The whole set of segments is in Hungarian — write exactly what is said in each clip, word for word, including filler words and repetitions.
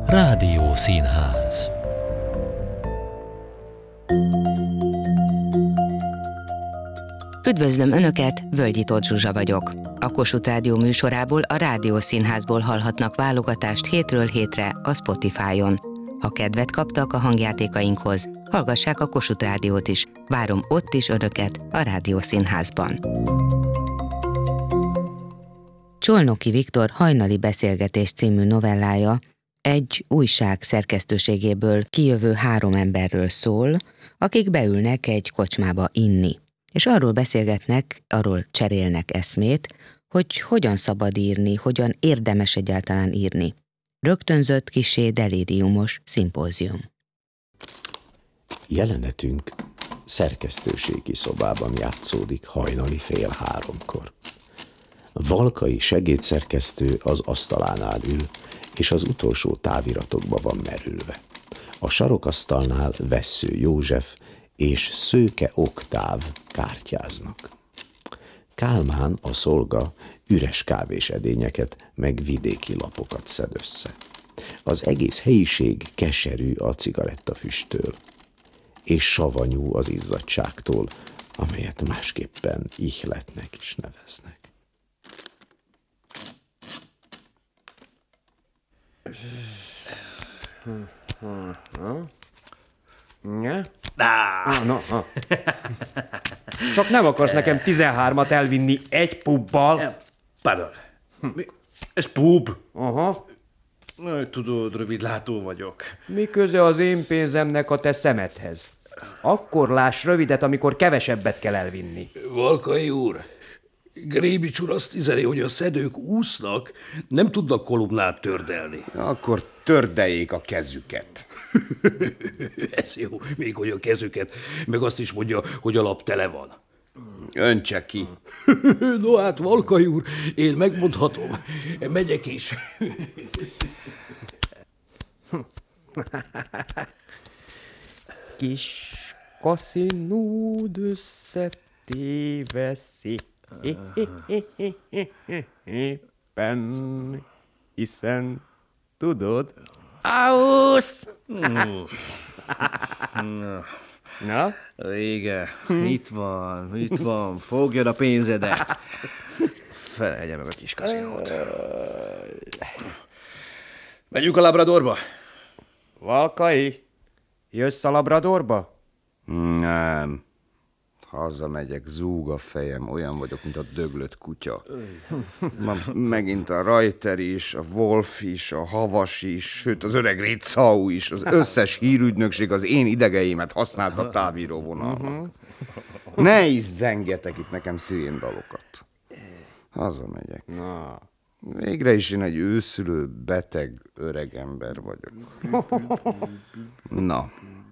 Rádió Színház. Üdvözlöm Önöket, Völgyi Tóth Zsuzsa vagyok. A Kossuth Rádió műsorából, a Rádió Színházból hallhatnak válogatást hétről hétre a Spotify-on. Ha kedvet kaptak a hangjátékainkhoz, hallgassák a Kossuth Rádiót is. Várom ott is Önöket a Rádió Színházban. Csolnoki Viktor Hajnali beszélgetés című novellája egy újság szerkesztőségéből kijövő három emberről szól, akik beülnek egy kocsmába inni. És arról beszélgetnek, arról cserélnek eszmét, hogy hogyan szabad írni, hogyan érdemes egyáltalán írni. Rögtönzött, kissé delíriumos szimpózium. Jelenetünk szerkesztőségi szobában játszódik hajnali fél háromkor. Valkai segédszerkesztő az asztalánál ül, és az utolsó táviratokba van merülve. A sarokasztalnál Vessző József és Szőke Oktáv kártyáznak. Kálmán, a szolga, üres kávésedényeket meg vidéki lapokat szed össze. Az egész helyiség keserű a cigarettafüsttől, és savanyú az izzadságtól, amelyet másképpen ihletnek is neveznek. Ja? Ah, no, ah. Csak nem akarsz nekem tizenhármat elvinni egy pubbal? Pardon. Mi? Ez pub? Aha. Tudod, rövidlátó vagyok. Mi köze az én pénzemnek a te szemedhez? Akkor láss rövidet, amikor kevesebbet kell elvinni. Valkai úr, Grébics úr azt üzeni, hogy a szedők úsznak, nem tudnak kolumnát tördelni. Akkor tördeljék a kezüket. Ez jó, még hogy a kezüket, meg azt is mondja, hogy a lap tele van. Öntse ki. No hát, Valkai úr, én megmondhatom, megyek is. Kis kaszinód összetéve szépen, hiszen tudod, ausz! Na? Vége. Itt van, itt van. Fogjad a pénzedet. Felelje meg a kis kaszinót. Megyünk a Labradorba? Valkai, jössz a Labradorba? Nem. Hazamegyek, zúg a fejem, olyan vagyok, mint a döglött kutya. Ma megint a Rajter is, a Wolf is, a Havas is, sőt az öreg Ritzau is, az összes hírügynökség az én idegeimet használta a távíróvonalnak. Ne is zengetek itt nekem szívéndalokat. Hazamegyek. Végre is én egy őszülő, beteg, öreg ember vagyok. Na.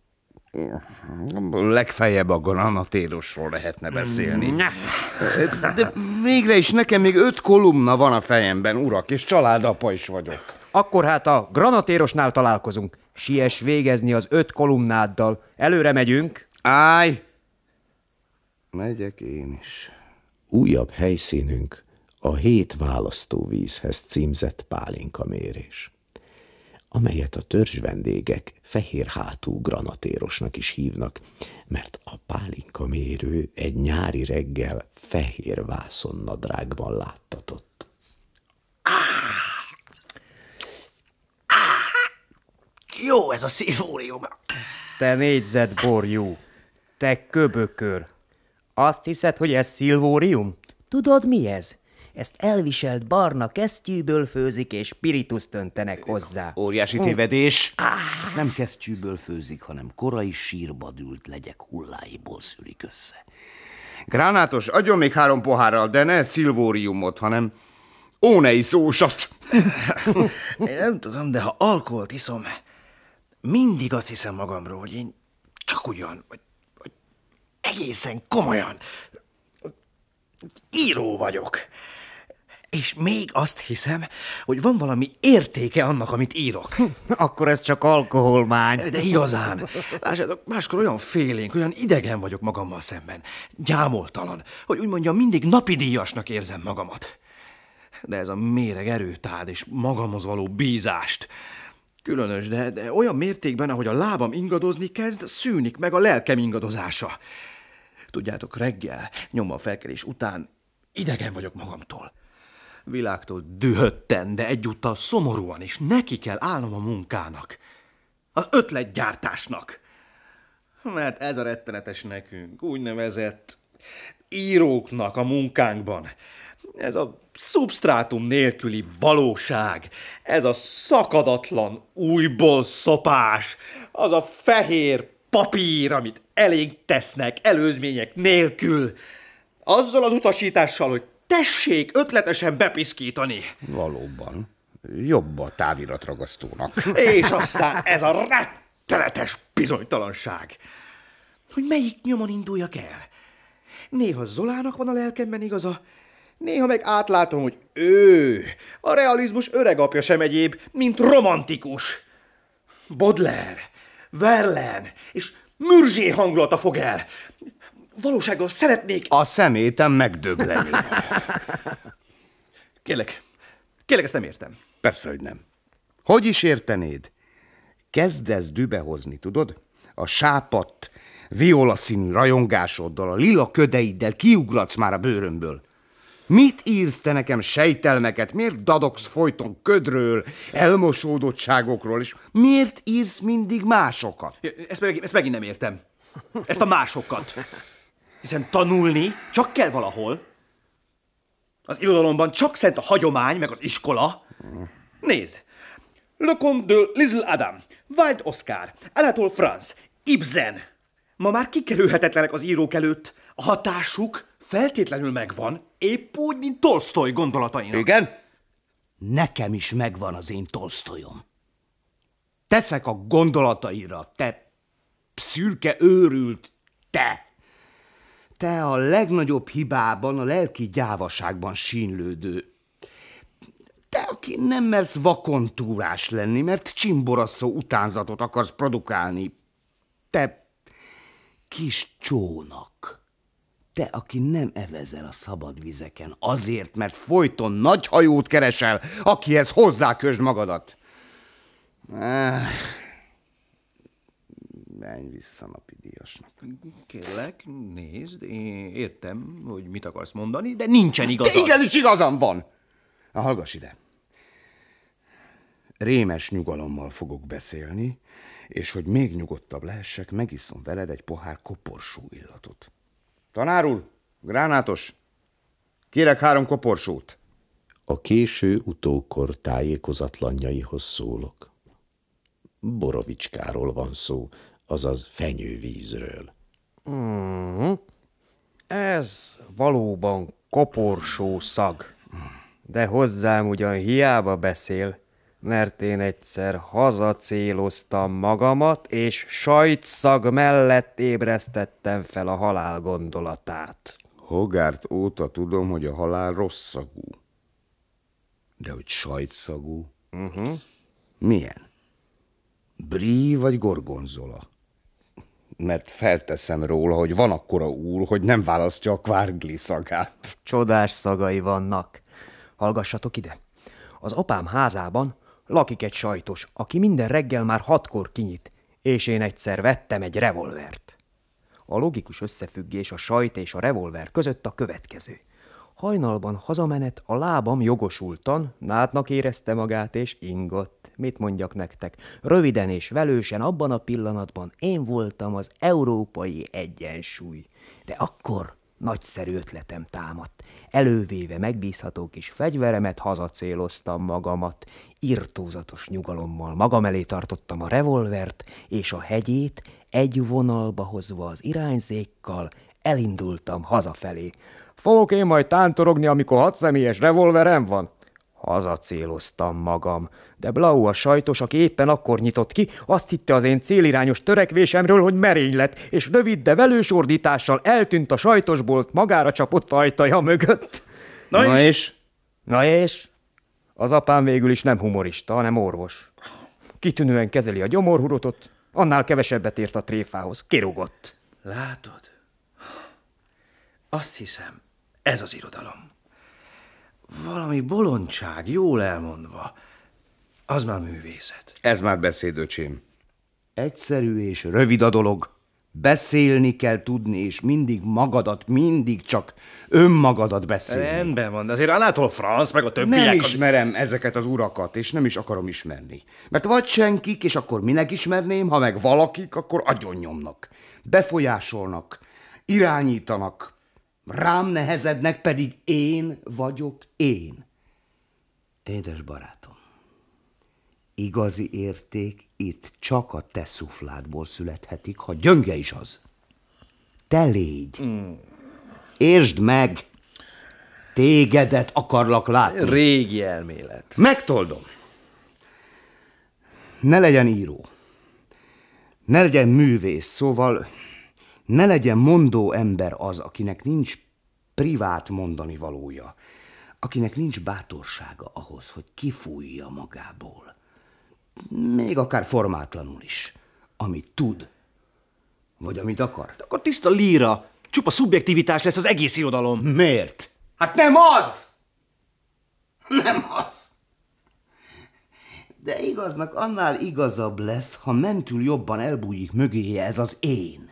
Legfeljebb a granatérosról lehetne beszélni. De végre is nekem még öt kolumna van a fejemben, urak, és családapa is vagyok. Akkor hát a granatérosnál találkozunk. Siess végezni az öt kolumnáddal. Előre megyünk. Állj! Megyek én is. Újabb helyszínünk a Hét választóvízhez címzett pálinkamérés, amelyet a törzsvendégek fehér hátú granatérosnak is hívnak, mert a pálinkamérő egy nyári reggel fehér vászonnadrágban láttatott. Ah! Ah! Jó ez a szilvórium! Te négyzetborjú, te köbökör. Azt hiszed, hogy ez szilvórium? Tudod, mi ez? Ezt elviselt barna kesztyűből főzik, és spirituszt öntenek hozzá. Óriási tévedés. Ezt nem kesztyűből főzik, hanem korai sírba dült legyek hulláiból szűrik össze. Gránátos, adjon még három pohárral, de ne szilvóriumot, hanem ónei szósat. Én nem tudom, de ha alkoholt iszom, mindig azt hiszem magamról, hogy én csak ugyan, vagy, vagy egészen komolyan író vagyok. És még azt hiszem, hogy van valami értéke annak, amit írok. Akkor ez csak alkoholmány. De igazán. Lássátok, máskor olyan félénk, olyan idegen vagyok magammal szemben. Gyámoltalan, hogy úgy mondjam, mindig napidíjasnak érzem magamat. De ez a méreg erőtád és magamhoz való bízást, Különös, de, de olyan mértékben, ahogy a lábam ingadozni kezd, szűnik meg a lelkem ingadozása. Tudjátok, reggel, nyomban felkelés után idegen vagyok magamtól. Világtól dühötten, de egyúttal szomorúan is neki kell állnom a munkának. Az ötletgyártásnak. Mert ez a rettenetes nekünk, úgynevezett íróknak a munkánkban. Ez a szubsztrátum nélküli valóság, ez a szakadatlan újból szopás, az a fehér papír, amit elénk tesznek előzmények nélkül, azzal az utasítással, hogy tessék ötletesen bepiszkítani. Valóban. Jobb a táviratragasztónak. És aztán ez a rettenetes bizonytalanság, hogy melyik nyomon induljak el. Néha Zolának van a lelkemben igaza, néha meg átlátom, hogy ő, a realizmus öregapja sem egyéb, mint romantikus. Baudelaire, Verlaine és Murger hangulata fog el. Valósággal szeretnék... A szemétem megdögleni. Kérlek, kérlek, ezt nem értem. Persze, hogy nem. Hogy is értenéd? Kezdesz dübehozni, tudod? A sápadt, violaszínű rajongásoddal, a lila ködeiddel kiugratsz már a bőrömből. Mit írsz te nekem sejtelmeket? Miért dadogsz folyton ködről, elmosódottságokról, és miért írsz mindig másokat? Ezt, meg, ezt megint nem értem. Ezt a másokat. Hiszen tanulni csak kell valahol. Az irodalomban csak szent a hagyomány, meg az iskola. Nézd! Le Comte de Lisle Adam, Wilde Oscar, Anatole France, Ibsen. Ma már kikerülhetetlenek az írók előtt. A hatásuk feltétlenül megvan, épp úgy, mint Tolsztoj gondolatainak. Igen? Nekem is megvan az én Tolsztojom. Teszek a gondolataira, te szürke őrült, te! Te a legnagyobb hibában, a lelki gyávaságban sínlődő. Te, aki nem mersz vakontúrás lenni, mert csimboraszó utánzatot akarsz produkálni. Te kis csónak. Te, aki nem evezel a szabad vizeken azért, mert folyton nagy hajót keresel, akihez hozzákösd magadat. Eh, menj vissza napidíjasnak. Kérlek, nézd, én értem, hogy mit akarsz mondani, de nincsen igazad. De igenis igazam van! Na, hallgass ide. Rémes nyugalommal fogok beszélni, és hogy még nyugodtabb lehessek, megiszom veled egy pohár koporsó illatot. Tanár úr, gránátos, kérek három koporsót. A késő utókor tájékozatlanjaihoz szólok. Borovicskáról van szó, azaz fenyővízről. Mm-hmm. Ez valóban koporsó szag. De hozzám ugyan hiába beszél, mert én egyszer hazacéloztam magamat, és sajtszag mellett ébresztettem fel a halál gondolatát. Hogárt óta tudom, hogy a halál rossz szagú. De hogy sajtszagú? Uh-huh. Milyen? Brie vagy gorgonzola? Mert felteszem róla, hogy van akkora úr, hogy nem választja a kvárgli szagát. Csodás szagai vannak. Hallgassatok ide. Az apám házában lakik egy sajtos, aki minden reggel már hatkor kinyit, és én egyszer vettem egy revolvert. A logikus összefüggés a sajt és a revolver között a következő. Hajnalban hazamenet a lábam jogosultan, nádnak érezte magát és ingott. Mit mondjak nektek? Röviden és velősen abban a pillanatban én voltam az európai egyensúly. De akkor nagyszerű ötletem támadt. Elővéve megbízható kis fegyveremet hazacéloztam magamat. Irtózatos nyugalommal magam elé tartottam a revolvert, és a hegyét egy vonalba hozva az irányzékkal elindultam hazafelé. Fogok én majd tántorogni, amikor hatszemélyes revolverem van? Hazacéloztam magam, de Blau a sajtos, aki éppen akkor nyitott ki, azt hitte az én célirányos törekvésemről, hogy merény lett, és rövid, de velős ordítással eltűnt a sajtosbolt magára csapott ajtaja mögött. Na, Na és? és? Na és? Az apám végül is nem humorista, hanem orvos. Kitűnően kezeli a gyomorhurotot, annál kevesebbet ért a tréfához. Kirúgott. Látod? Azt hiszem, ez az irodalom. Valami bolondság, jól elmondva. Az már művészet. Ez már beszéd, öcsém. Egyszerű és rövid a dolog. Beszélni kell tudni, és mindig magadat, mindig csak önmagadat beszélni. Rendben van, de azért Anatole France, meg a többiek... Nem az- ismerem ezeket az urakat, és nem is akarom ismerni. Mert vagy senkik, és akkor minek ismerném, ha meg valakik, akkor agyonnyomnak. Befolyásolnak, irányítanak, rám nehezednek, pedig én vagyok én. Édes barátom, igazi érték itt csak a te szufládból születhetik, ha gyönge is az. Te légy. Mm. Értsd meg! Tégedet akarlak látni. Régi elmélet. Megtoldom. Ne legyen író. Ne legyen művész, szóval ne legyen mondó ember az, akinek nincs privát mondani valója, akinek nincs bátorsága ahhoz, hogy kifújja magából. Még akár formátlanul is, amit tud, vagy amit akar. De akkor tiszta líra, csupa szubjektivitás lesz az egész irodalom. Miért? Hát nem az! Nem az! De igaznak annál igazabb lesz, ha mentül jobban elbújik mögéje ez az én.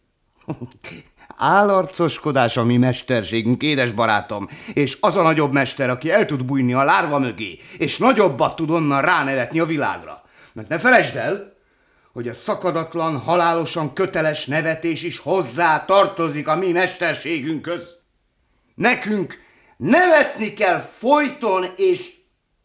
Állarcoskodás a mi mesterségünk, édes barátom, és az a nagyobb mester, aki el tud bújni a lárva mögé, és nagyobbat tud onnan ránevetni a világra. Mert ne felejtsd el, hogy a szakadatlan, halálosan köteles nevetés is hozzá tartozik a mi mesterségünkhöz. Nekünk nevetni kell folyton, és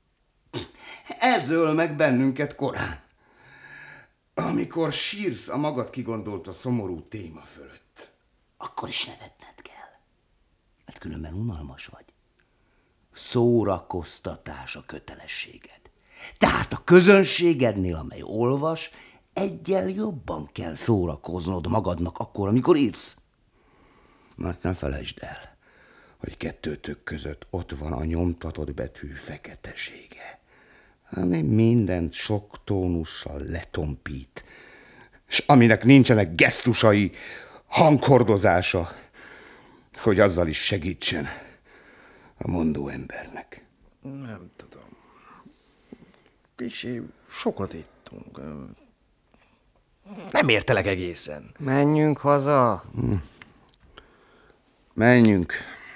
ez öl meg bennünket korán. Amikor sírsz a magad kigondolta szomorú téma fölött, akkor is nevetned kell, mert különben unalmas vagy. Szórakoztatás a kötelességed. Tehát a közönségednél, amely olvas, eggyel jobban kell szórakoznod magadnak akkor, amikor írsz. Mert ne felejtsd el, hogy kettőtök között ott van a nyomtatott betű feketesége, ami mindent sok tónussal letompít, és aminek nincsenek gesztusai, hanghordozása, hogy azzal is segítsen a mondó embernek. Nem tudom. Kicsi, sokat ittunk. Nem értelek egészen. Menjünk haza. Menjünk.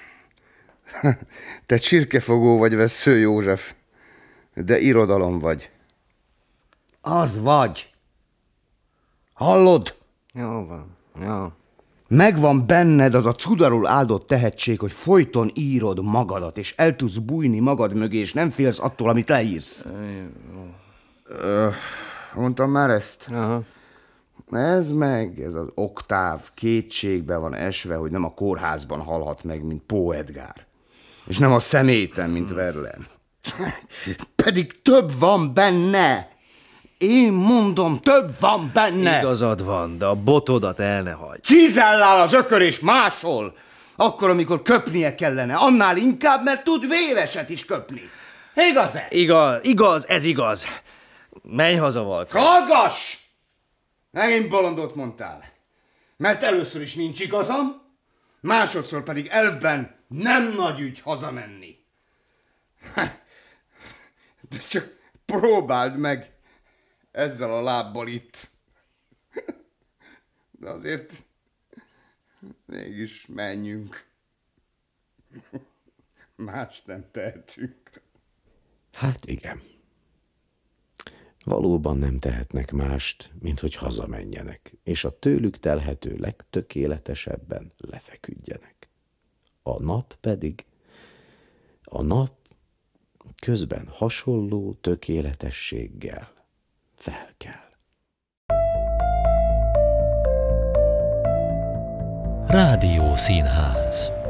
Te csirkefogó vagy, Vessző József, de irodalom vagy. Az vagy. Hallod? Jó van, jó. Megvan benned az a cudarul áldott tehetség, hogy folyton írod magadat, és el tudsz bújni magad mögé, és nem félsz attól, amit leírsz. Ö, mondtam már ezt? Aha. Ez meg, ez az oktáv kétségbe van esve, hogy nem a kórházban halhat meg, mint Poe Edgar. És nem a szeméten, mint Verlaine. Pedig több van benne. Én mondom, több van benne. Igazad van, de a botodat el ne hagy. Cizellál az ökör és máshol. Akkor, amikor köpnie kellene, annál inkább, mert tud véreset is köpni. Igaz-e? Igaz, igaz, ez igaz. Menj haza, Valka. Hallgass! Megint bolondot mondtál. Mert először is nincs igazam, másodszor pedig elfben nem nagy ügy hazamenni. De csak próbáld meg ezzel a lábbal itt. De azért mégis menjünk. Más nem tehetünk. Hát igen. Valóban nem tehetnek mást, mint hogy hazamenjenek, és a tőlük telhető legtökéletesebben lefeküdjenek. A nap pedig, a nap közben hasonló tökéletességgel felkel. Rádió Színház.